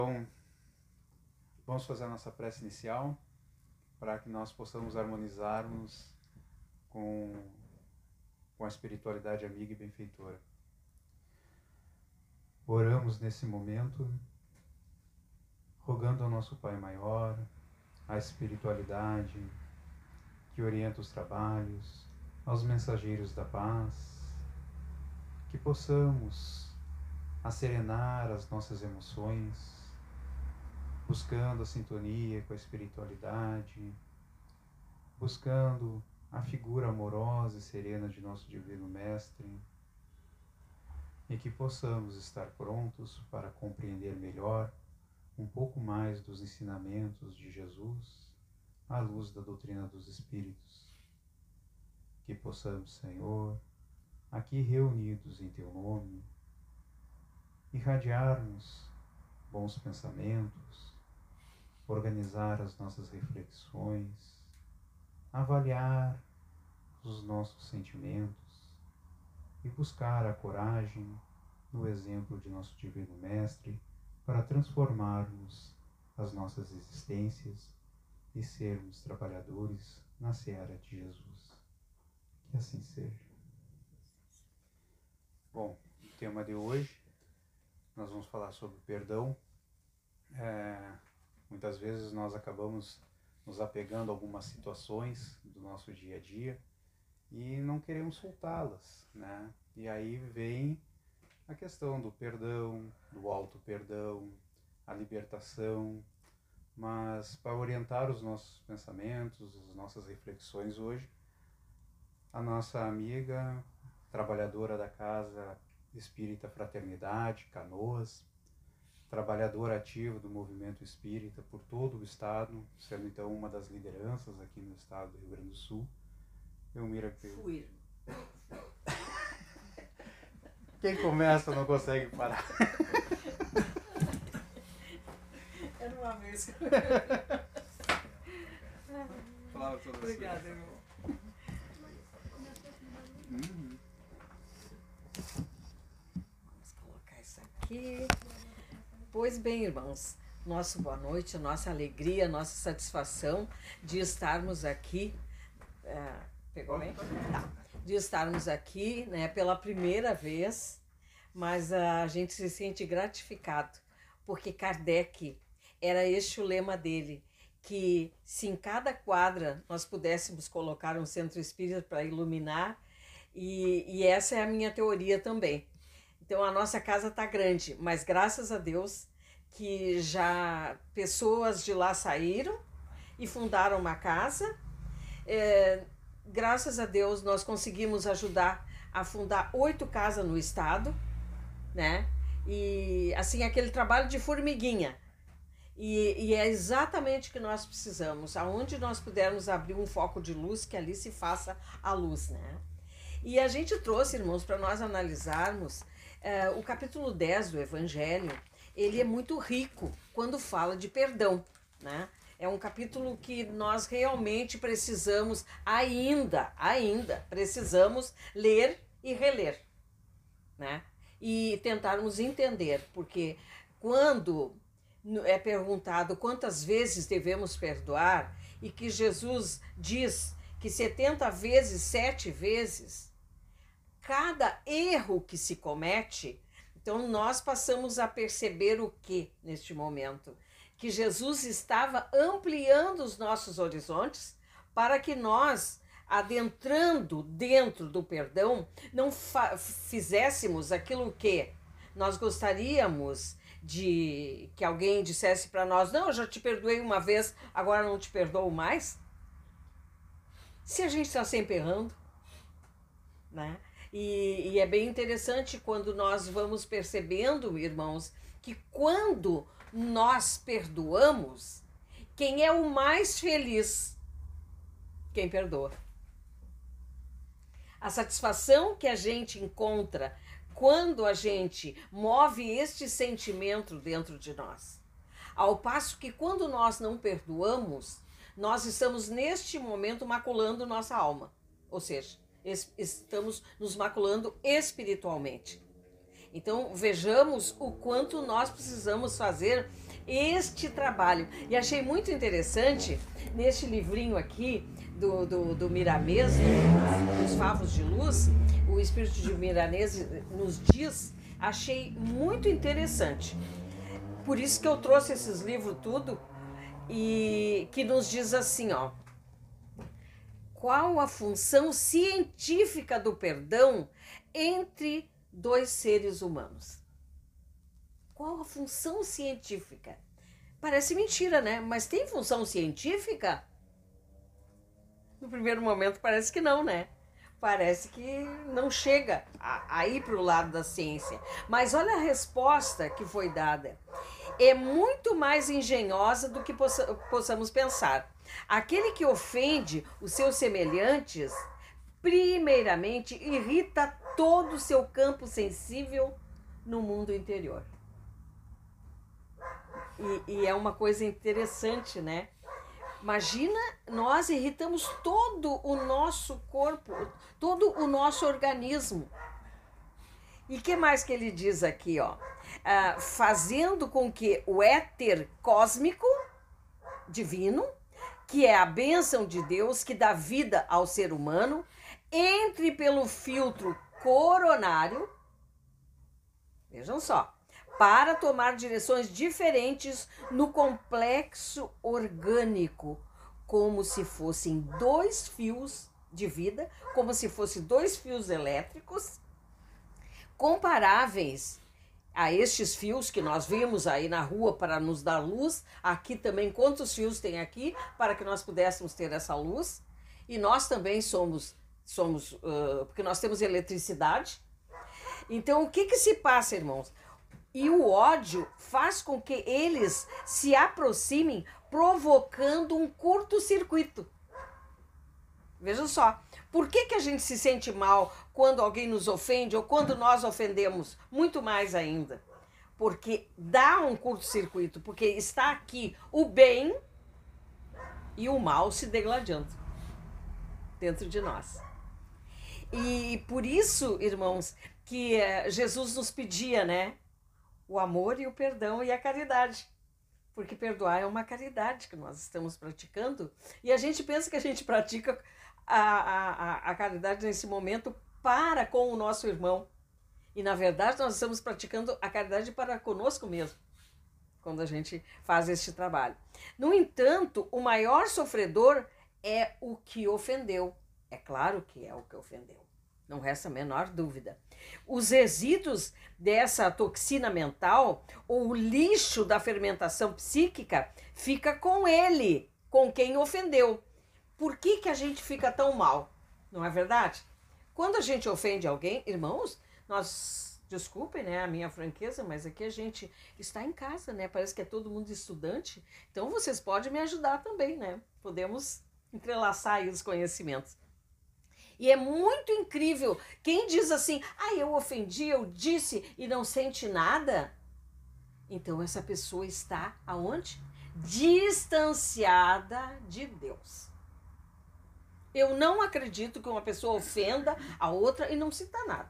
Então, vamos fazer a nossa prece inicial para que nós possamos harmonizarmos com a espiritualidade amiga e benfeitora. Oramos nesse momento, rogando ao nosso Pai Maior, à espiritualidade que orienta os trabalhos, aos mensageiros da paz, que possamos acerenar as nossas emoções, buscando a sintonia com a espiritualidade, buscando a figura amorosa e serena de nosso Divino Mestre, e que possamos estar prontos para compreender melhor um pouco mais dos ensinamentos de Jesus à luz da doutrina dos Espíritos. Que possamos, Senhor, aqui reunidos em Teu nome, irradiarmos bons pensamentos, organizar as nossas reflexões, avaliar os nossos sentimentos e buscar a coragem no exemplo de nosso Divino Mestre para transformarmos as nossas existências e sermos trabalhadores na seara de Jesus. Que assim seja. Bom, o tema de hoje nós vamos falar sobre perdão. Muitas vezes nós acabamos nos apegando a algumas situações do nosso dia a dia e não queremos soltá-las, né? E aí vem a questão do perdão, do auto-perdão, a libertação. Mas para orientar os nossos pensamentos, as nossas reflexões hoje, a nossa amiga, trabalhadora da Casa Espírita Fraternidade, Canoas, trabalhadora ativa do movimento espírita por todo o estado, sendo então uma das lideranças aqui no estado do Rio Grande do Sul, Elmira. Fui. Quem começa não consegue parar. Era uma vez que Fala todas. Obrigada, irmão. Vamos colocar isso aqui. Pois bem, irmãos, nossa boa noite, nossa alegria, nossa satisfação de estarmos aqui. Pegou bem? Tá. De estarmos aqui, né, pela primeira vez, mas a gente se sente gratificado, porque Kardec, era este o lema dele, que se em cada quadra nós pudéssemos colocar um centro espírita para iluminar, e essa é a minha teoria também. Então a nossa casa está grande, mas graças a Deus que já pessoas de lá saíram e fundaram uma casa. Graças a Deus nós conseguimos ajudar a fundar 8 casas no estado, né? E assim, aquele trabalho de formiguinha. E é exatamente o que nós precisamos. Aonde nós pudermos abrir um foco de luz, que ali se faça a luz, né? E a gente trouxe, irmãos, para nós analisarmos o capítulo 10 do Evangelho. Ele é muito rico quando fala de perdão, né? É um capítulo que nós realmente precisamos ainda precisamos ler e reler, né? E tentarmos entender, porque quando é perguntado quantas vezes devemos perdoar e que Jesus diz que 70 vezes, 7 vezes, cada erro que se comete, então nós passamos a perceber o que neste momento? Que Jesus estava ampliando os nossos horizontes para que nós, adentrando dentro do perdão, não fizéssemos aquilo que nós gostaríamos de que alguém dissesse para nós: não, eu já te perdoei uma vez, agora não te perdoo mais. Se a gente está sempre errando, né? E é bem interessante quando nós vamos percebendo, irmãos, que quando nós perdoamos, quem é o mais feliz? Quem perdoa. A satisfação que a gente encontra quando a gente move este sentimento dentro de nós. Ao passo que quando nós não perdoamos, nós estamos neste momento maculando nossa alma. Ou seja, estamos nos maculando espiritualmente. Então vejamos o quanto nós precisamos fazer este trabalho. E achei muito interessante, neste livrinho aqui, do Miramês, dos Favos de Luz, o Espírito de Miramês nos diz, achei muito interessante. Por isso que eu trouxe esses livros tudo, e que nos diz assim, ó, qual a função científica do perdão entre dois seres humanos? Qual a função científica? Parece mentira, né? Mas tem função científica? No primeiro momento parece que não, né? Parece que não chega a ir para o lado da ciência. Mas olha a resposta que foi dada. É muito mais engenhosa do que possamos pensar. Aquele que ofende os seus semelhantes, primeiramente, irrita todo o seu campo sensível no mundo interior. E é uma coisa interessante, né? Imagina, nós irritamos todo o nosso corpo, todo o nosso organismo. E o que mais que ele diz aqui, ó? Fazendo com que o éter cósmico, divino, que é a bênção de Deus que dá vida ao ser humano, entre pelo filtro coronário, vejam só, para tomar direções diferentes no complexo orgânico, como se fossem dois fios de vida, como se fossem dois fios elétricos, comparáveis a estes fios que nós vimos aí na rua para nos dar luz. Aqui também, quantos fios tem aqui para que nós pudéssemos ter essa luz? E nós também somos porque nós temos eletricidade. Então, o que se passa, irmãos? E o ódio faz com que eles se aproximem, provocando um curto-circuito. Vejam só, por que a gente se sente mal quando alguém nos ofende ou quando nós ofendemos? Muito mais ainda. Porque dá um curto-circuito, porque está aqui o bem e o mal se degladiando dentro de nós. E por isso, irmãos, que Jesus nos pedia, né? O amor e o perdão e a caridade. Porque perdoar é uma caridade que nós estamos praticando. E a gente pensa que a gente pratica a caridade nesse momento para com o nosso irmão. E na verdade nós estamos praticando a caridade para conosco mesmo, quando a gente faz este trabalho. No entanto, o maior sofredor é o que ofendeu. É claro que é o que ofendeu. Não resta a menor dúvida. Os resíduos dessa toxina mental, ou o lixo da fermentação psíquica, fica com ele, com quem ofendeu. Por que a gente fica tão mal? Não é verdade? Quando a gente ofende alguém, irmãos, nós, desculpem, né, a minha franqueza, mas aqui a gente está em casa, né? Parece que é todo mundo estudante. Então vocês podem me ajudar também, né? Podemos entrelaçar aí os conhecimentos. E é muito incrível. Quem diz assim, eu ofendi, eu disse e não sente nada, então essa pessoa está aonde? Distanciada de Deus. Eu não acredito que uma pessoa ofenda a outra e não sinta nada.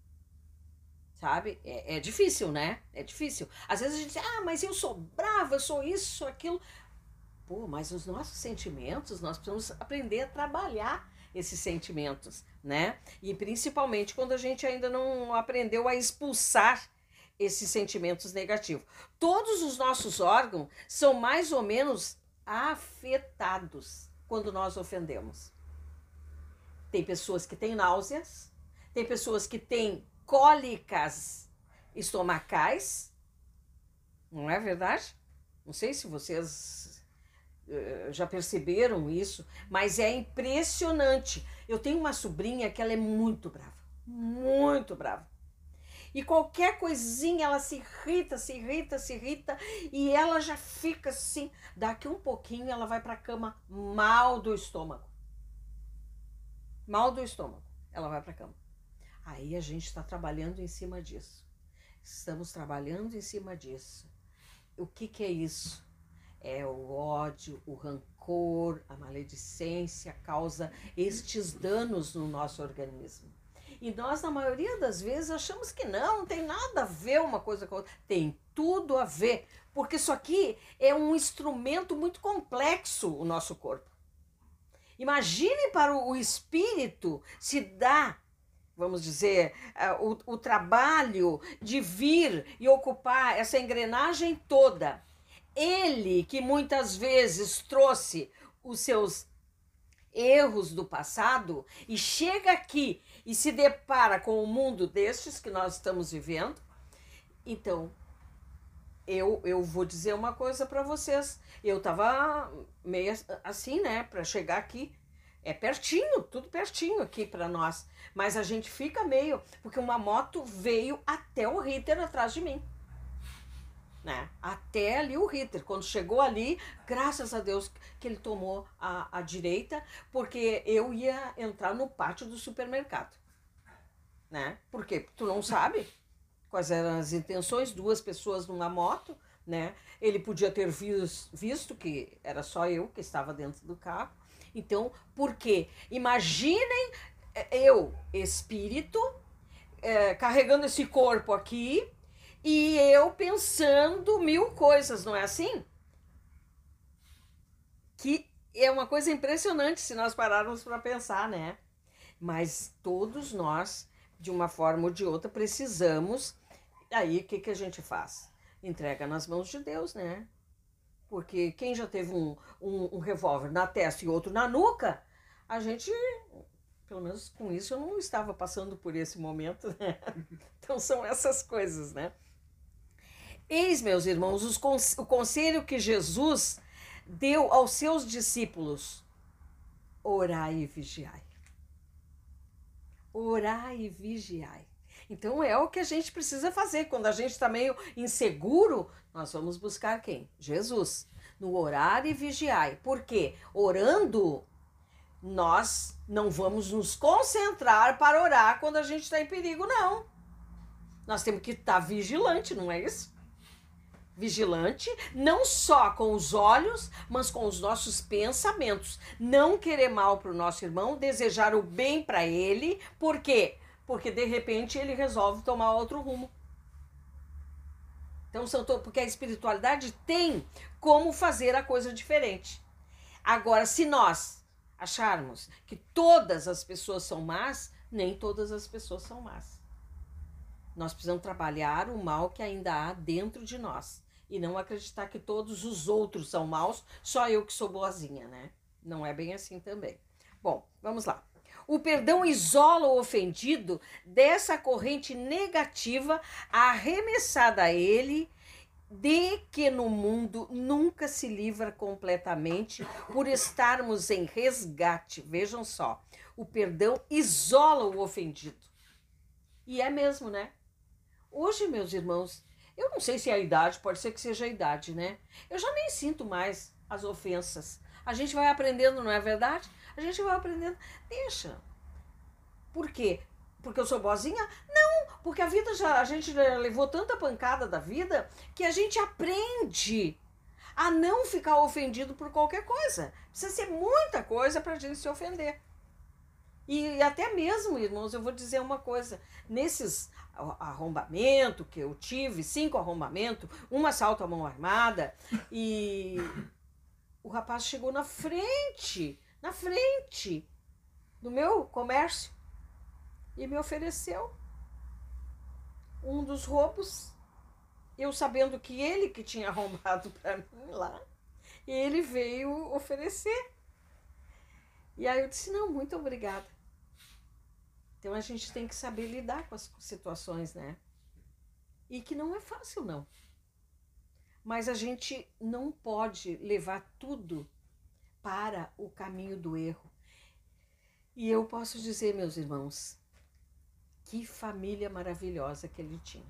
Sabe? É difícil, né? É difícil. Às vezes a gente diz, mas eu sou brava, eu sou isso, sou aquilo. Pô, mas os nossos sentimentos, nós precisamos aprender a trabalhar esses sentimentos, né? E principalmente quando a gente ainda não aprendeu a expulsar esses sentimentos negativos. Todos os nossos órgãos são mais ou menos afetados quando nós ofendemos. Tem pessoas que têm náuseas, tem pessoas que têm cólicas estomacais, não é verdade? Não sei se vocês já perceberam isso, mas é impressionante. Eu tenho uma sobrinha que ela é muito brava, muito brava. E qualquer coisinha ela se irrita, e ela já fica assim, daqui um pouquinho ela vai para a cama mal do estômago. Mal do estômago, ela vai para a cama. Aí a gente está trabalhando em cima disso. Estamos trabalhando em cima disso. O que é isso? É o ódio, o rancor, a maledicência causa estes danos no nosso organismo. E nós, na maioria das vezes, achamos que não tem nada a ver uma coisa com a outra. Tem tudo a ver, porque isso aqui é um instrumento muito complexo, o nosso corpo. Imagine para o espírito se dá, vamos dizer, o trabalho de vir e ocupar essa engrenagem toda. Ele que muitas vezes trouxe os seus erros do passado e chega aqui e se depara com o mundo destes que nós estamos vivendo. Então, eu vou dizer uma coisa para vocês. Eu estava meio assim, né, para chegar aqui. É pertinho, tudo pertinho aqui para nós. Mas a gente fica meio... Porque uma moto veio até o Ritter atrás de mim. Né? Até ali o Ritter. Quando chegou ali, graças a Deus que ele tomou a direita, porque eu ia entrar no pátio do supermercado. Né? Porque tu não sabe quais eram as intenções, 2 pessoas numa moto, né? Ele podia ter visto que era só eu que estava dentro do carro. Então, por quê? Imaginem eu, espírito, carregando esse corpo aqui e eu pensando 1000 coisas, não é assim? Que é uma coisa impressionante se nós pararmos para pensar, né? Mas todos nós, de uma forma ou de outra, precisamos. Aí, o que a gente faz? Entrega nas mãos de Deus, né? Porque quem já teve um revólver na testa e outro na nuca, a gente, pelo menos com isso, eu não estava passando por esse momento, né? Então são essas coisas, né? Eis, meus irmãos, o conselho que Jesus deu aos seus discípulos: orai e vigiai. Orai e vigiai. Então é o que a gente precisa fazer. Quando a gente está meio inseguro, nós vamos buscar quem? Jesus. No orar e vigiai. Por quê? Orando, nós não vamos nos concentrar para orar quando a gente está em perigo, não. Nós temos que estar vigilante, não é isso? Vigilante, não só com os olhos, mas com os nossos pensamentos. Não querer mal para o nosso irmão, desejar o bem para ele. Por quê? Porque de repente ele resolve tomar outro rumo. Então, porque a espiritualidade tem como fazer a coisa diferente. Agora, se nós acharmos que todas as pessoas são más, nem todas as pessoas são más. Nós precisamos trabalhar o mal que ainda há dentro de nós. E não acreditar que todos os outros são maus, só eu que sou boazinha, né? Não é bem assim também. Bom, vamos lá. O perdão isola o ofendido dessa corrente negativa arremessada a ele, de que no mundo nunca se livra completamente por estarmos em resgate. Vejam só, o perdão isola o ofendido. E é mesmo, né? Hoje, meus irmãos, eu não sei se é a idade, pode ser que seja a idade, né? Eu já nem sinto mais as ofensas. A gente vai aprendendo, não é verdade? A gente vai aprendendo. Deixa. Por quê? Porque eu sou boazinha? Não, porque a vida a gente já levou tanta pancada da vida que a gente aprende a não ficar ofendido por qualquer coisa. Precisa ser muita coisa para a gente se ofender. E até mesmo, irmãos, eu vou dizer uma coisa. Nesses arrombamentos que eu tive, 5 arrombamentos, um assalto à mão armada, e o rapaz chegou na frente do meu comércio e me ofereceu um dos roubos, eu sabendo que ele que tinha arrombado para mim lá, e ele veio oferecer. E aí eu disse, não, muito obrigada. Então a gente tem que saber lidar com as situações, né? E que não é fácil, não. Mas a gente não pode levar tudo para o caminho do erro. E eu posso dizer, meus irmãos, que família maravilhosa que ele tinha.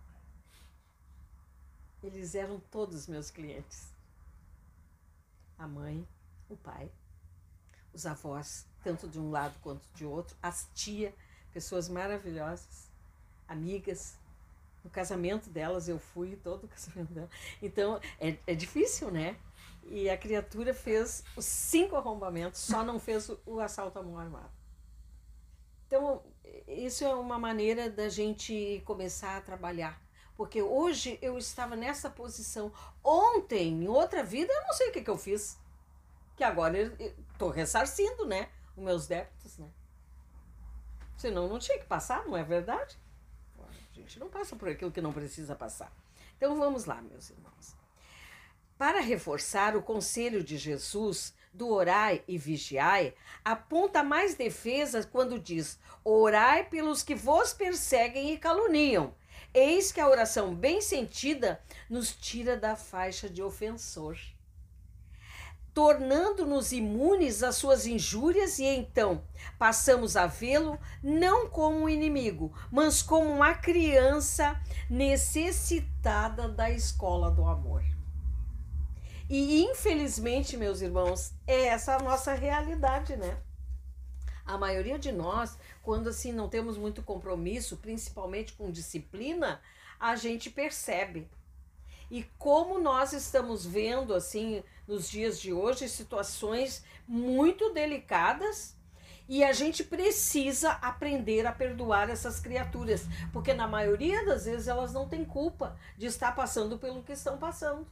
Eles eram todos meus clientes. A mãe, o pai, os avós, tanto de um lado quanto de outro, as tias, pessoas maravilhosas, amigas. No casamento delas eu fui, todo o casamento delas. Então, é difícil, né? E a criatura fez os 5 arrombamentos, só não fez o assalto à mão armada. Então, isso é uma maneira da gente começar a trabalhar. Porque hoje eu estava nessa posição. Ontem, em outra vida, eu não sei o que eu fiz. Que agora eu estou ressarcindo, né? Os meus débitos, né? Senão não tinha que passar, não é verdade? A gente não passa por aquilo que não precisa passar. Então vamos lá, meus irmãos. Para reforçar o conselho de Jesus do orai e vigiai, aponta mais defesa quando diz: orai pelos que vos perseguem e caluniam. Eis que a oração bem sentida nos tira da faixa de ofensor, tornando-nos imunes às suas injúrias, e então passamos a vê-lo não como um inimigo, mas como uma criança necessitada da escola do amor. E infelizmente, meus irmãos, é essa a nossa realidade, né? A maioria de nós, quando assim não temos muito compromisso, principalmente com disciplina, a gente percebe. E como nós estamos vendo, assim, nos dias de hoje, situações muito delicadas, e a gente precisa aprender a perdoar essas criaturas, porque na maioria das vezes elas não têm culpa de estar passando pelo que estão passando.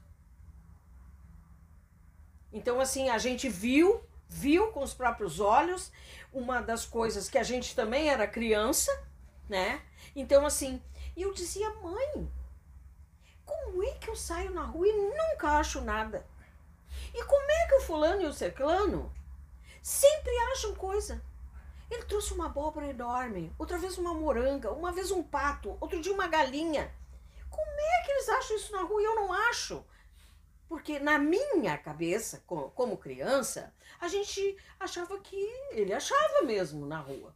Então, assim, a gente viu com os próprios olhos, uma das coisas que a gente também era criança, né? Então, assim, eu dizia: mãe, como é que eu saio na rua e nunca acho nada? E como é que o fulano e o ciclano sempre acham coisa? Ele trouxe uma abóbora enorme, outra vez uma moranga, uma vez um pato, outro dia uma galinha. Como é que eles acham isso na rua e eu não acho? Porque na minha cabeça, como criança, a gente achava que ele achava mesmo na rua.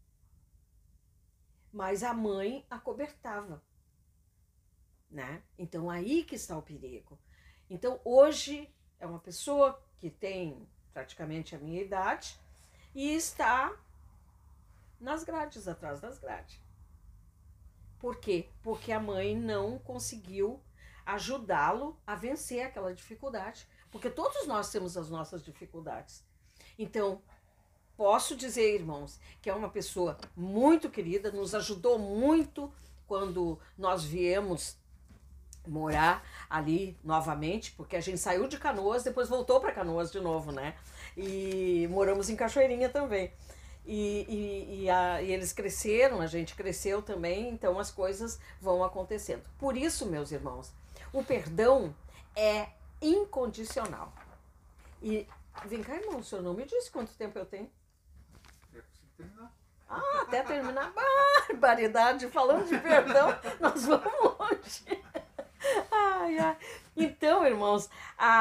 Mas a mãe acobertava, né? Então aí que está o perigo. Então hoje é uma pessoa que tem praticamente a minha idade e está nas grades, atrás das grades. Por quê? Porque a mãe não conseguiu ajudá-lo a vencer aquela dificuldade, porque todos nós temos as nossas dificuldades. Então, posso dizer, irmãos, que é uma pessoa muito querida, nos ajudou muito quando nós viemos morar ali novamente, porque a gente saiu de Canoas, depois voltou para Canoas de novo, né? E moramos em Cachoeirinha também. E eles cresceram, a gente cresceu também, então as coisas vão acontecendo. Por isso, meus irmãos, o perdão é incondicional. E vem cá, irmão, o senhor não me disse quanto tempo eu tenho? Eu consigo terminar. Ah, até terminar. Barbaridade, falando de perdão, nós vamos longe. Ai, ai. Então, irmãos,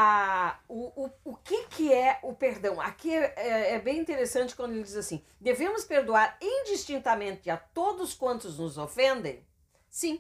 o que é o perdão? Aqui é bem interessante quando ele diz assim: devemos perdoar indistintamente a todos quantos nos ofendem? Sim.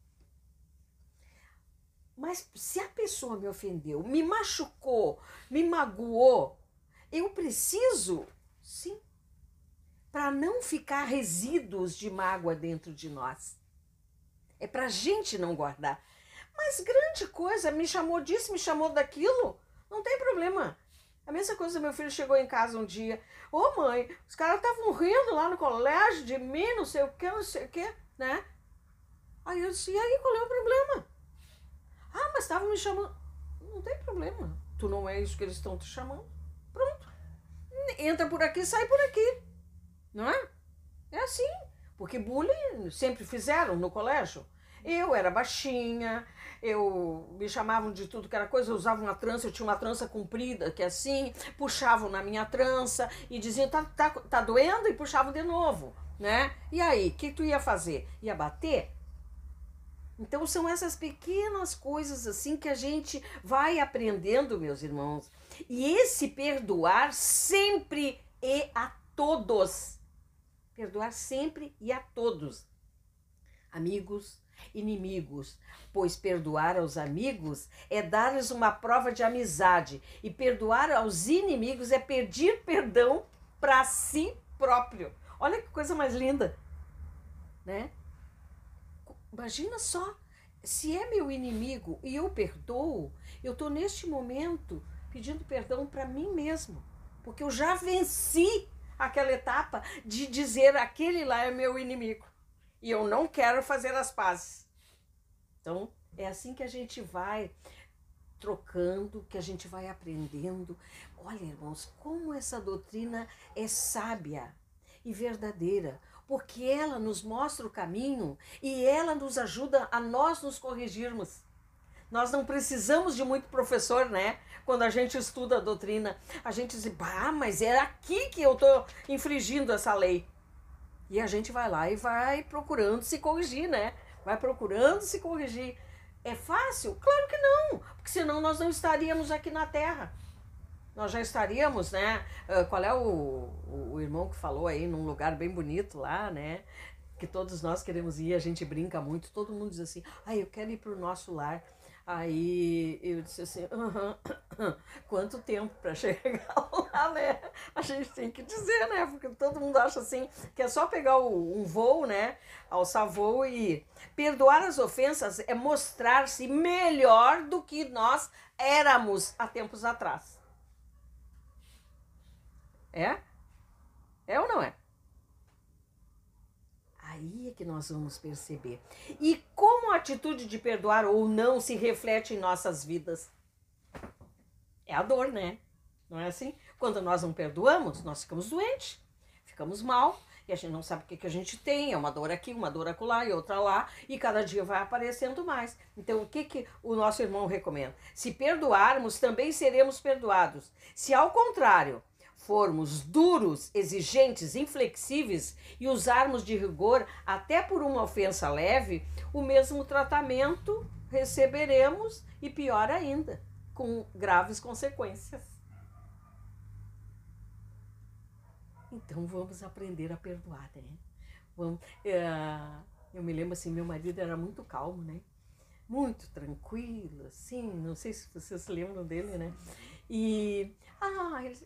Mas se a pessoa me ofendeu, me machucou, me magoou, eu preciso, sim, para não ficar resíduos de mágoa dentro de nós. É para a gente não guardar. Mas grande coisa, me chamou disso, me chamou daquilo, não tem problema. A mesma coisa, meu filho chegou em casa um dia: ô mãe, os caras estavam rindo lá no colégio de mim, não sei o que, né? Aí eu disse: e aí, qual é o problema? Ah, mas estavam me chamando. Não tem problema, tu não é isso que eles estão te chamando. Pronto. Entra por aqui, sai por aqui. Não é? É assim. Porque bullying sempre fizeram no colégio. Eu era baixinha, me chamavam de tudo que era coisa, eu usava uma trança, eu tinha uma trança comprida, que é assim, puxavam na minha trança e diziam: tá doendo? E puxavam de novo, né? E aí, o que tu ia fazer? Ia bater? Então são essas pequenas coisas assim que a gente vai aprendendo, meus irmãos. E esse perdoar sempre e a todos. Perdoar sempre e a todos. Amigos, inimigos, pois perdoar aos amigos é dar-lhes uma prova de amizade, e perdoar aos inimigos é pedir perdão para si próprio. Olha que coisa mais linda, né? Imagina só, se é meu inimigo e eu perdoo, eu estou neste momento pedindo perdão para mim mesmo, porque eu já venci aquela etapa de dizer aquele lá é meu inimigo e eu não quero fazer as pazes. Então, é assim que a gente vai trocando, que a gente vai aprendendo. Olha, irmãos, como essa doutrina é sábia e verdadeira, porque ela nos mostra o caminho e ela nos ajuda a nós nos corrigirmos. Nós não precisamos de muito professor, né? Quando a gente estuda a doutrina, a gente diz, mas é aqui que eu estou infringindo essa lei. E a gente vai lá e vai procurando se corrigir, né? Vai procurando se corrigir. É fácil? Claro que não, porque senão nós não estaríamos aqui na Terra. Nós já estaríamos, né? Qual é o irmão que falou aí num lugar bem bonito lá, né? Que todos nós queremos ir, a gente brinca muito, todo mundo diz assim, eu quero ir para o nosso lar. Aí eu disse assim, quanto tempo para chegar lá, né? A gente tem que dizer, né? Porque todo mundo acha assim, que é só pegar um voo, né? Alçar voo e ir. Perdoar as ofensas é mostrar-se melhor do que nós éramos há tempos atrás. É? É ou não é? Aí é que nós vamos perceber. E como a atitude de perdoar ou não se reflete em nossas vidas? É a dor, né? Não é assim? Quando nós não perdoamos, nós ficamos doentes, ficamos mal, e a gente não sabe o que a gente tem. É uma dor aqui, uma dor acolá e outra lá, e cada dia vai aparecendo mais. Então, o que o nosso irmão recomenda? Se perdoarmos, também seremos perdoados. Se, ao contrário, formos duros, exigentes, inflexíveis e usarmos de rigor até por uma ofensa leve, o mesmo tratamento receberemos e pior ainda, com graves consequências. Então vamos aprender a perdoar, né? Eu me lembro assim, meu marido era muito calmo, né? Muito tranquilo, assim, não sei se vocês se lembram dele, né? E, ele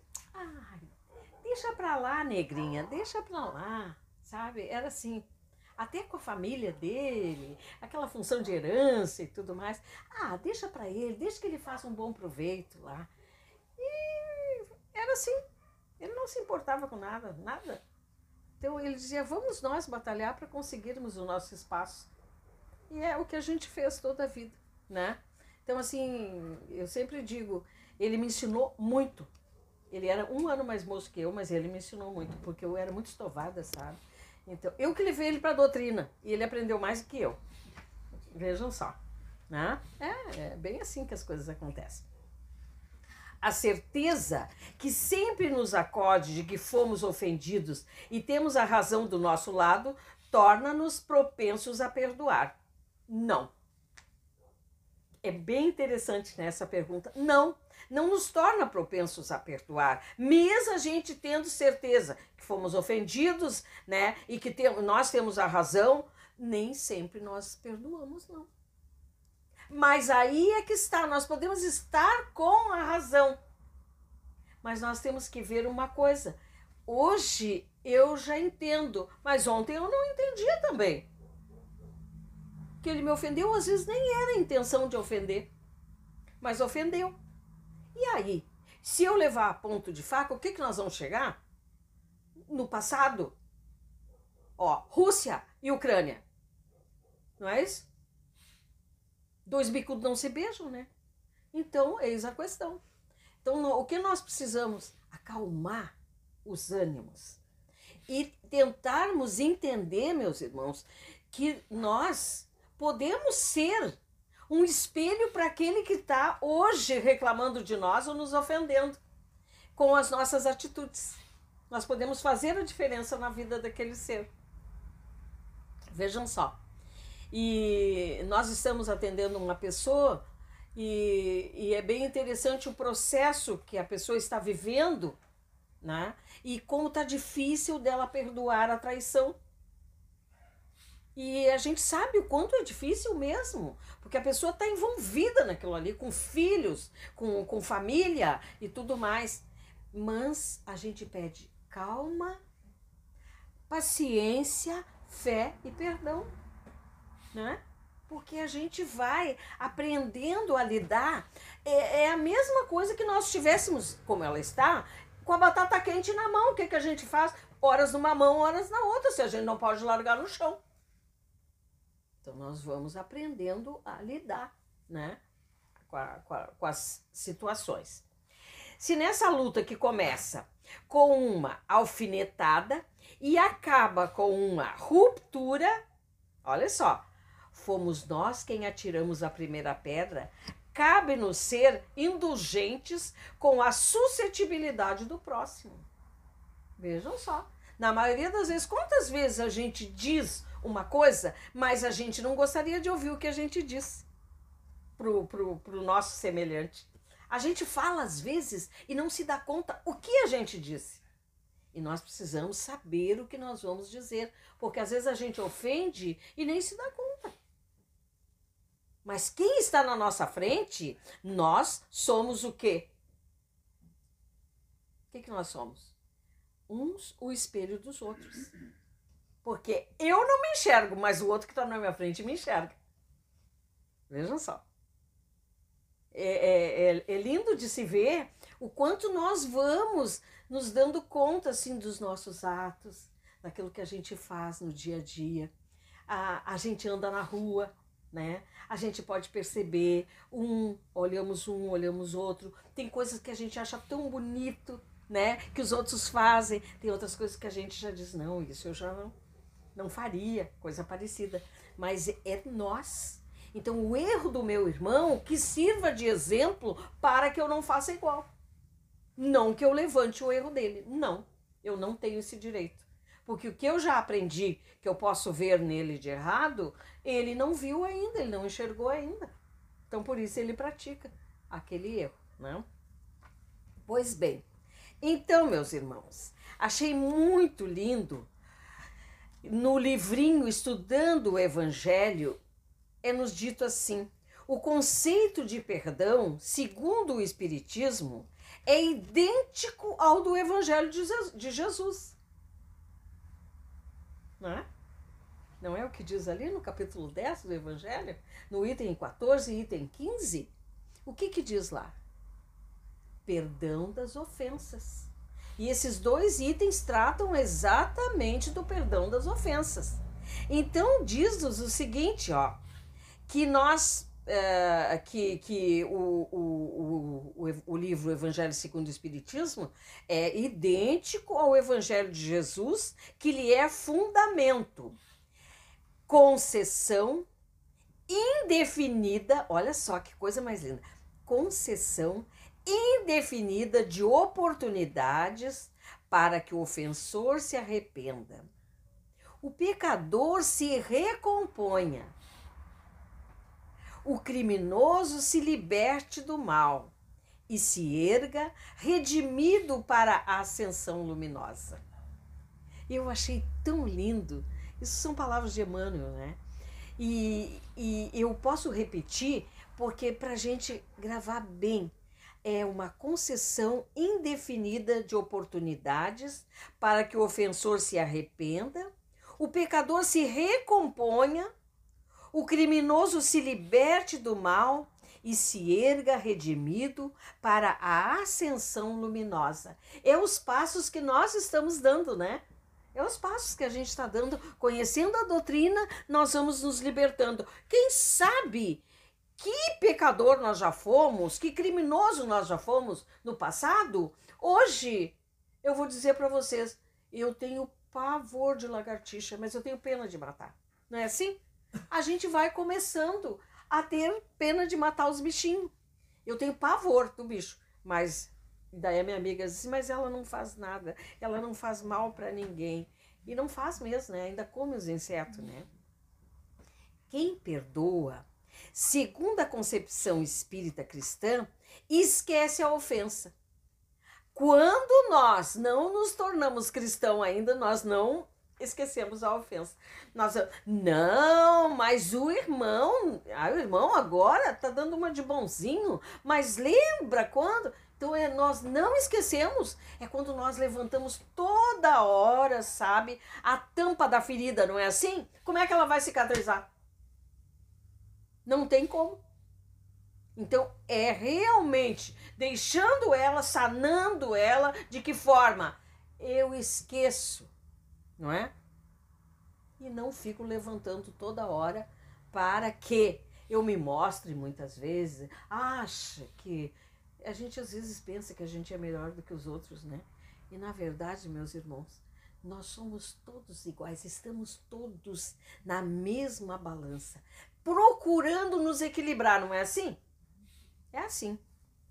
deixa pra lá, negrinha, deixa pra lá, sabe? Era assim, até com a família dele, aquela função de herança e tudo mais. Deixa pra ele, deixa que ele faça um bom proveito lá. E era assim, ele não se importava com nada, nada. Então ele dizia, vamos nós batalhar para conseguirmos o nosso espaço. E é o que a gente fez toda a vida, né? Então assim, eu sempre digo, ele me ensinou muito. Ele era 1 ano mais moço que eu, mas ele me ensinou muito, porque eu era muito estovada, sabe? Então, eu que levei ele para a doutrina, e ele aprendeu mais do que eu. Vejam só, né? É bem assim que as coisas acontecem. A certeza que sempre nos acode de que fomos ofendidos e temos a razão do nosso lado, torna-nos propensos a perdoar. Não. É bem interessante nessa pergunta. Não nos torna propensos a perdoar, mesmo a gente tendo certeza que fomos ofendidos, né, e que nós temos a razão, nem sempre nós perdoamos, não. Mas aí é que está, nós podemos estar com a razão, mas nós temos que ver uma coisa, hoje eu já entendo, mas ontem eu não entendia também. Que ele me ofendeu, às vezes nem era a intenção de ofender, mas ofendeu. E aí, se eu levar a ponto de faca, o que nós vamos chegar? No passado. Rússia e Ucrânia. Não é isso? 2 bicudos não se beijam, né? Então, eis a questão. Então, o que nós precisamos? Acalmar os ânimos. E tentarmos entender, meus irmãos, que nós podemos ser um espelho para aquele que está hoje reclamando de nós ou nos ofendendo com as nossas atitudes. Nós podemos fazer a diferença na vida daquele ser. Vejam só. E nós estamos atendendo uma pessoa e é bem interessante o processo que a pessoa está vivendo, né? E como está difícil dela perdoar a traição. E a gente sabe o quanto é difícil mesmo, porque a pessoa está envolvida naquilo ali, com filhos, com família e tudo mais. Mas a gente pede calma, paciência, fé e perdão, né? Porque a gente vai aprendendo a lidar. É a mesma coisa que nós tivéssemos, como ela está, com a batata quente na mão. O que a gente faz? Horas numa mão, horas na outra, se a gente não pode largar no chão. Então nós vamos aprendendo a lidar, né, com as situações. Se nessa luta que começa com uma alfinetada e acaba com uma ruptura, olha só, fomos nós quem atiramos a primeira pedra, cabe-nos ser indulgentes com a suscetibilidade do próximo. Vejam só, na maioria das vezes, quantas vezes a gente diz uma coisa, mas a gente não gostaria de ouvir o que a gente diz pro nosso semelhante. A gente fala às vezes e não se dá conta o que a gente disse. E nós precisamos saber o que nós vamos dizer, porque às vezes a gente ofende e nem se dá conta. Mas quem está na nossa frente, nós somos o quê? O que nós somos? Uns o espelho dos outros. Porque eu não me enxergo, mas o outro que está na minha frente me enxerga. Vejam só. É lindo de se ver o quanto nós vamos nos dando conta assim, dos nossos atos, daquilo que a gente faz no dia a dia. A gente anda na rua, né? A gente pode perceber olhamos outro. Tem coisas que a gente acha tão bonito, né? Que os outros fazem. Tem outras coisas que a gente já diz, não, isso eu já não faria, coisa parecida. Mas é nós. Então, o erro do meu irmão que sirva de exemplo para que eu não faça igual. Não que eu levante o erro dele. Não, eu não tenho esse direito. Porque o que eu já aprendi, que eu posso ver nele de errado, ele não viu ainda, ele não enxergou ainda. Então, por isso, ele pratica aquele erro, né? Pois bem, então, meus irmãos, achei muito lindo no livrinho Estudando o Evangelho, nos dito assim: o conceito de perdão, segundo o Espiritismo, é idêntico ao do Evangelho de Jesus. Não é? Não é o que diz ali no capítulo 10 do Evangelho? No item 14 e item 15? O que diz lá? Perdão das ofensas. E esses dois itens tratam exatamente do perdão das ofensas. Então, diz-nos o seguinte, ó, que nós, o livro Evangelho segundo o Espiritismo é idêntico ao Evangelho de Jesus, que lhe é fundamento, concessão indefinida, olha só que coisa mais linda, concessão indefinida de oportunidades para que o ofensor se arrependa, o pecador se recomponha, o criminoso se liberte do mal e se erga redimido para a ascensão luminosa. Eu achei tão lindo. Isso são palavras de Emmanuel, né? E eu posso repetir porque para a gente gravar bem, é uma concessão indefinida de oportunidades para que o ofensor se arrependa, o pecador se recomponha, o criminoso se liberte do mal e se erga redimido para a ascensão luminosa. É os passos que nós estamos dando, né? É os passos que a gente está dando. Conhecendo a doutrina, nós vamos nos libertando. Quem sabe que pecador nós já fomos, que criminoso nós já fomos no passado? Hoje, eu vou dizer para vocês, eu tenho pavor de lagartixa, mas eu tenho pena de matar. Não é assim? A gente vai começando a ter pena de matar os bichinhos. Eu tenho pavor do bicho, mas daí a minha amiga disse, mas ela não faz nada, ela não faz mal para ninguém. E não faz mesmo, né? Ainda come os insetos, né? Quem perdoa, segundo a concepção espírita cristã, esquece a ofensa. Quando nós não nos tornamos cristãos ainda, nós não esquecemos a ofensa. Não, mas o irmão agora tá dando uma de bonzinho, mas lembra quando? Então, nós não esquecemos, é quando nós levantamos toda hora, sabe, a tampa da ferida, não é assim? Como é que ela vai cicatrizar? Não tem como. Então, é realmente deixando ela, sanando ela, de que forma? Eu esqueço, não é? E não fico levantando toda hora para que eu me mostre muitas vezes. Acha que a gente às vezes pensa que a gente é melhor do que os outros, né? E na verdade, meus irmãos, nós somos todos iguais, estamos todos na mesma balança, procurando nos equilibrar, não é assim? É assim.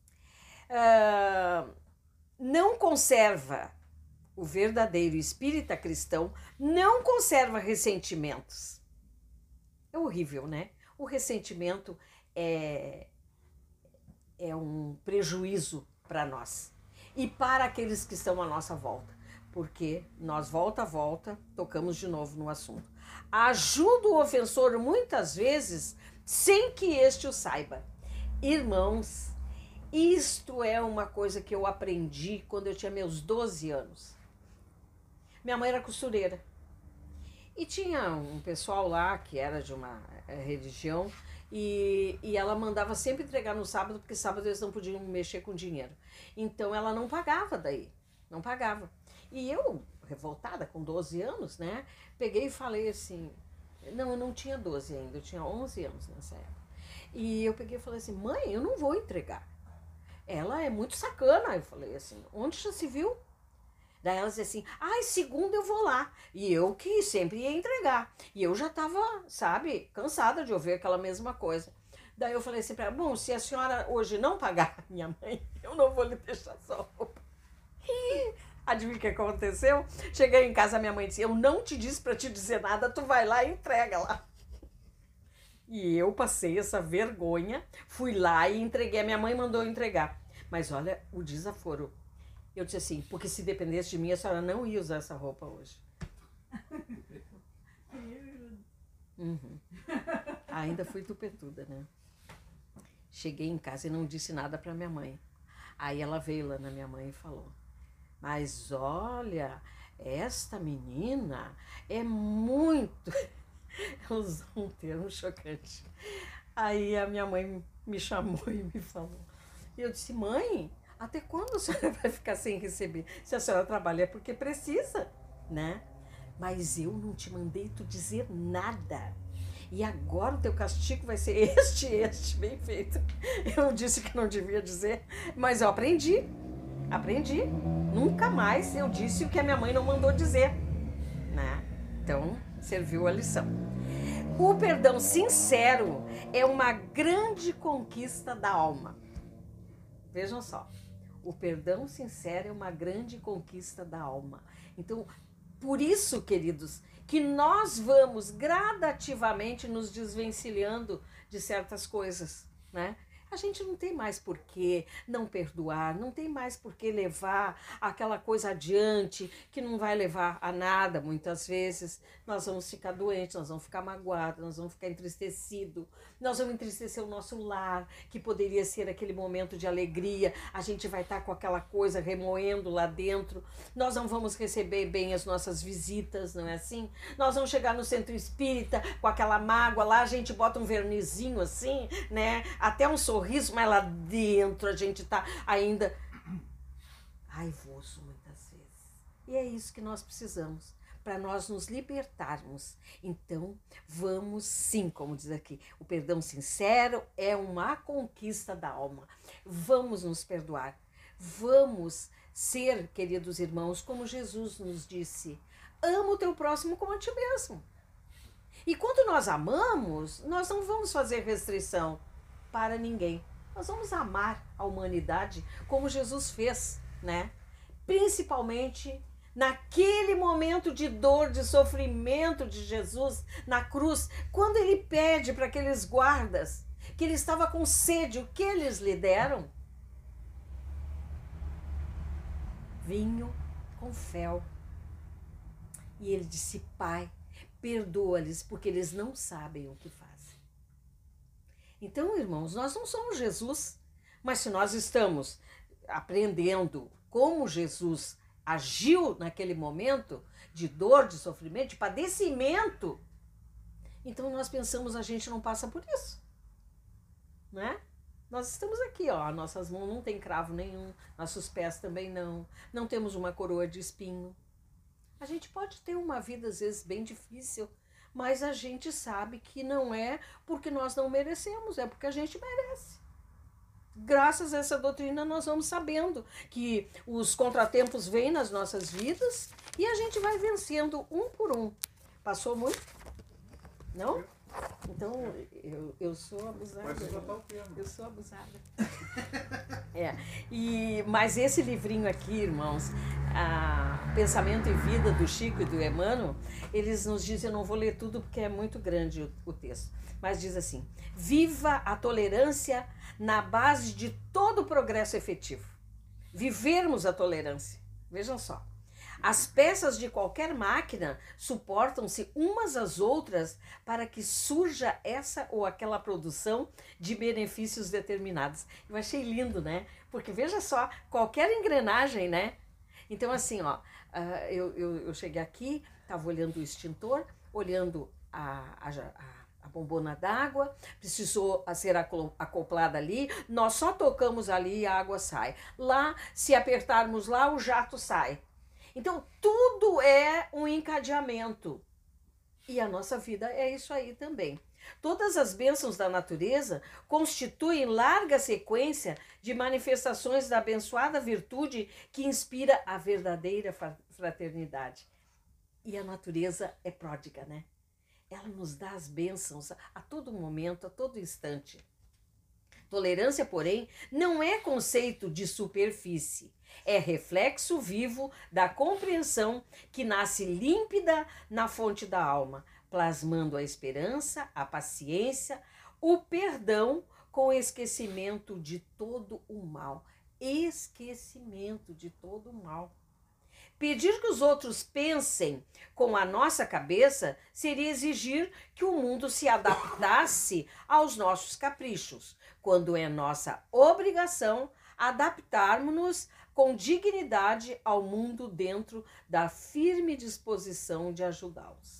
Não conserva o verdadeiro espírita cristão, não conserva ressentimentos. É horrível, né? O ressentimento é um prejuízo para nós e para aqueles que estão à nossa volta, porque nós, volta a volta, tocamos de novo no assunto. Ajuda o ofensor muitas vezes sem que este o saiba. Irmãos, isto é uma coisa que eu aprendi quando eu tinha meus 12 anos. Minha mãe era costureira. E tinha um pessoal lá que era de uma religião e ela mandava sempre entregar no sábado, porque sábado eles não podiam mexer com dinheiro. Então ela não pagava daí, não pagava. E eu, revoltada, com 12 anos, né, peguei e falei assim, não, eu não tinha 12 ainda, eu tinha 11 anos nessa época. E eu peguei e falei assim, mãe, eu não vou entregar. Ela é muito sacana. Eu falei assim, onde já se viu? Daí ela disse assim, segunda eu vou lá. E eu que sempre ia entregar. E eu já estava, sabe, cansada de ouvir aquela mesma coisa. Daí eu falei assim para ela, bom, se a senhora hoje não pagar minha mãe, eu não vou lhe deixar só roupa. Adivinha o que aconteceu? Cheguei em casa, minha mãe disse, eu não te disse para te dizer nada, tu vai lá e entrega lá. E eu passei essa vergonha, fui lá e entreguei. A minha mãe mandou eu entregar. Mas olha o desaforo. Eu disse assim, porque se dependesse de mim, a senhora não ia usar essa roupa hoje. Uhum. Ainda fui tupetuda, né? Cheguei em casa e não disse nada para minha mãe. Aí ela veio lá na minha mãe e falou, mas olha, esta menina é muito... Ela usou um termo chocante. Aí a minha mãe me chamou e me falou. E eu disse, mãe, até quando a senhora vai ficar sem receber? Se a senhora trabalha é porque precisa, né? Mas eu não te mandei tu dizer nada. E agora o teu castigo vai ser este, bem feito. Eu disse que não devia dizer, mas eu aprendi. Nunca mais eu disse o que a minha mãe não mandou dizer, né? Então, serviu a lição. O perdão sincero é uma grande conquista da alma. Vejam só, o perdão sincero é uma grande conquista da alma. Então, por isso, queridos, que nós vamos gradativamente nos desvencilhando de certas coisas, né? A gente não tem mais por que não perdoar, não tem mais por que levar aquela coisa adiante, que não vai levar a nada muitas vezes. Nós vamos ficar doentes, nós vamos ficar magoados, nós vamos ficar entristecidos, nós vamos entristecer o nosso lar, que poderia ser aquele momento de alegria, a gente vai estar com aquela coisa remoendo lá dentro, nós não vamos receber bem as nossas visitas, não é assim? Nós vamos chegar no centro espírita com aquela mágoa lá, a gente bota um vernizinho assim, né? Até um sorriso, mas lá dentro a gente tá ainda raivoso muitas vezes. E é isso que nós precisamos, para nós nos libertarmos. Então, vamos sim, como diz aqui, o perdão sincero é uma conquista da alma. Vamos nos perdoar. Vamos ser, queridos irmãos, como Jesus nos disse, ama o teu próximo como a ti mesmo. E quando nós amamos, nós não vamos fazer restrição para ninguém. Nós vamos amar a humanidade como Jesus fez, né? Principalmente naquele momento de dor, de sofrimento de Jesus na cruz, quando ele pede para aqueles guardas que ele estava com sede, o que eles lhe deram? Vinho com fel. E ele disse, Pai, perdoa-lhes, porque eles não sabem o que fazem. Então, irmãos, nós não somos Jesus, mas se nós estamos aprendendo como Jesus agiu naquele momento de dor, de sofrimento, de padecimento, então nós pensamos, a gente não passa por isso, né? Nós estamos aqui, ó, nossas mãos não tem cravo nenhum, nossos pés também não temos uma coroa de espinho. A gente pode ter uma vida às vezes bem difícil, mas a gente sabe que não é porque nós não merecemos, é porque a gente merece. Graças a essa doutrina nós vamos sabendo que os contratempos vêm nas nossas vidas e a gente vai vencendo um por um. Passou muito? Não? Então, eu sou abusada. Eu sou abusada. Mas esse livrinho aqui, irmãos, Pensamento e Vida, do Chico e do Emmanuel, eles nos dizem, eu não vou ler tudo porque é muito grande o texto, mas diz assim: viva a tolerância na base de todo o progresso efetivo. Vivermos a tolerância. Vejam só. As peças de qualquer máquina suportam-se umas às outras para que surja essa ou aquela produção de benefícios determinados. Eu achei lindo, né? Porque veja só, qualquer engrenagem, né? Então assim, ó, eu cheguei aqui, estava olhando o extintor, olhando a bombona d'água, precisou ser acoplada ali, nós só tocamos ali e a água sai. Lá, se apertarmos lá, o jato sai. Então, tudo é um encadeamento. E a nossa vida é isso aí também. Todas as bênçãos da natureza constituem larga sequência de manifestações da abençoada virtude que inspira a verdadeira fraternidade. E a natureza é pródiga, né? Ela nos dá as bênçãos a todo momento, a todo instante. Tolerância, porém, não é conceito de superfície. É reflexo vivo da compreensão que nasce límpida na fonte da alma, plasmando a esperança, a paciência, o perdão com esquecimento de todo o mal. Esquecimento de todo o mal. Pedir que os outros pensem com a nossa cabeça seria exigir que o mundo se adaptasse aos nossos caprichos, quando é nossa obrigação adaptarmos-nos com dignidade ao mundo dentro da firme disposição de ajudá-los.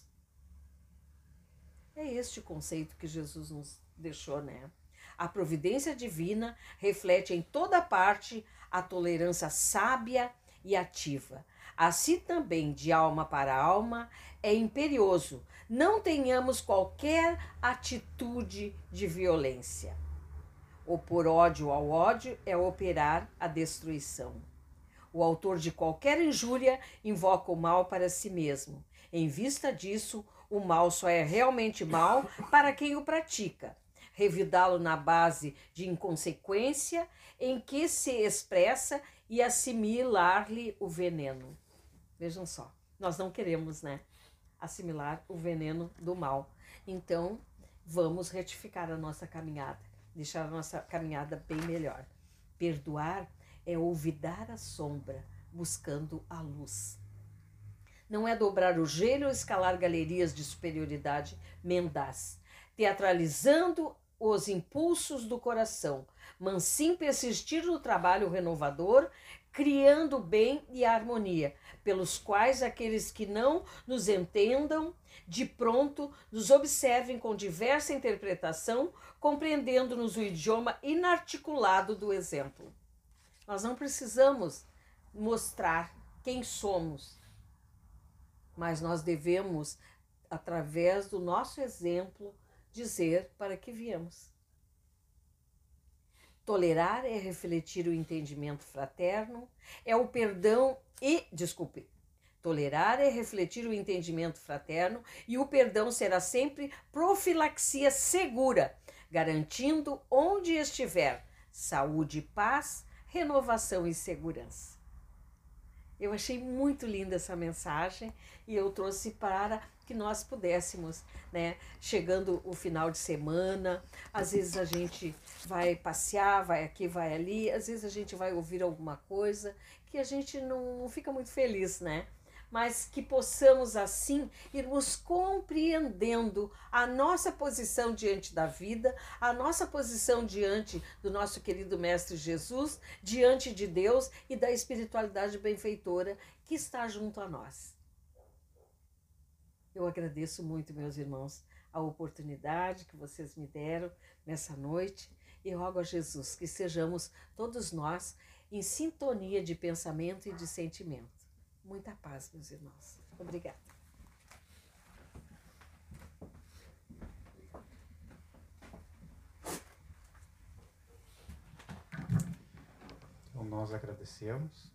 É este o conceito que Jesus nos deixou, né? A providência divina reflete em toda parte a tolerância sábia e ativa. Assim também, de alma para alma, é imperioso. Não tenhamos qualquer atitude de violência. Opor ódio ao ódio é operar a destruição. O autor de qualquer injúria invoca o mal para si mesmo. Em vista disso, o mal só é realmente mal para quem o pratica. Revidá-lo na base de inconsequência em que se expressa e assimilar-lhe o veneno. Vejam só, nós não queremos, né, assimilar o veneno do mal. Então, vamos retificar a nossa caminhada, deixar a nossa caminhada bem melhor. Perdoar é olvidar a sombra, buscando a luz. Não é dobrar o gelo ou escalar galerias de superioridade mendaz, teatralizando os impulsos do coração, mas sim persistir no trabalho renovador, criando bem e harmonia, pelos quais aqueles que não nos entendam, de pronto nos observem com diversa interpretação, compreendendo-nos o idioma inarticulado do exemplo. Nós não precisamos mostrar quem somos, mas nós devemos, através do nosso exemplo, dizer para que viemos. Tolerar é refletir o entendimento fraterno, é o perdão Tolerar é refletir o entendimento fraterno e o perdão será sempre profilaxia segura, garantindo onde estiver saúde e paz, renovação e segurança. Eu achei muito linda essa mensagem e eu trouxe para que nós pudéssemos, né, chegando o final de semana, às vezes a gente vai passear, vai aqui, vai ali, às vezes a gente vai ouvir alguma coisa que a gente não fica muito feliz, né? Mas que possamos assim irmos compreendendo a nossa posição diante da vida, a nossa posição diante do nosso querido Mestre Jesus, diante de Deus e da espiritualidade benfeitora que está junto a nós. Eu agradeço muito, meus irmãos, a oportunidade que vocês me deram nessa noite Eu rogo a Jesus que sejamos todos nós em sintonia de pensamento e de sentimento. Muita paz, meus irmãos. Obrigada. Então, nós agradecemos.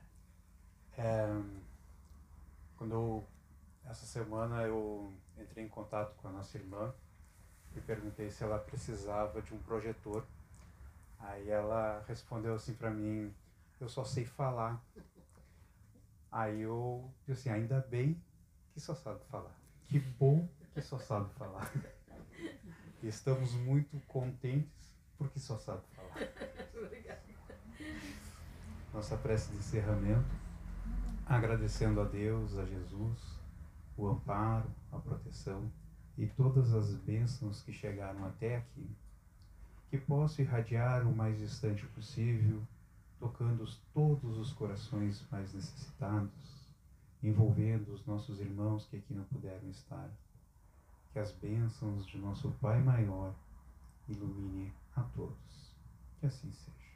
Essa semana eu entrei em contato com a nossa irmã e perguntei se ela precisava de um projetor. Aí ela respondeu assim para mim: eu só sei falar. Aí eu disse assim: ainda bem que só sabe falar. Que bom que só sabe falar. E estamos muito contentes porque só sabe falar. Obrigada. Nossa prece de encerramento, agradecendo a Deus, a Jesus, o amparo, a proteção e todas as bênçãos que chegaram até aqui, que possa irradiar o mais distante possível, tocando todos os corações mais necessitados, envolvendo os nossos irmãos que aqui não puderam estar. Que as bênçãos de nosso Pai maior ilumine a todos. Que assim seja.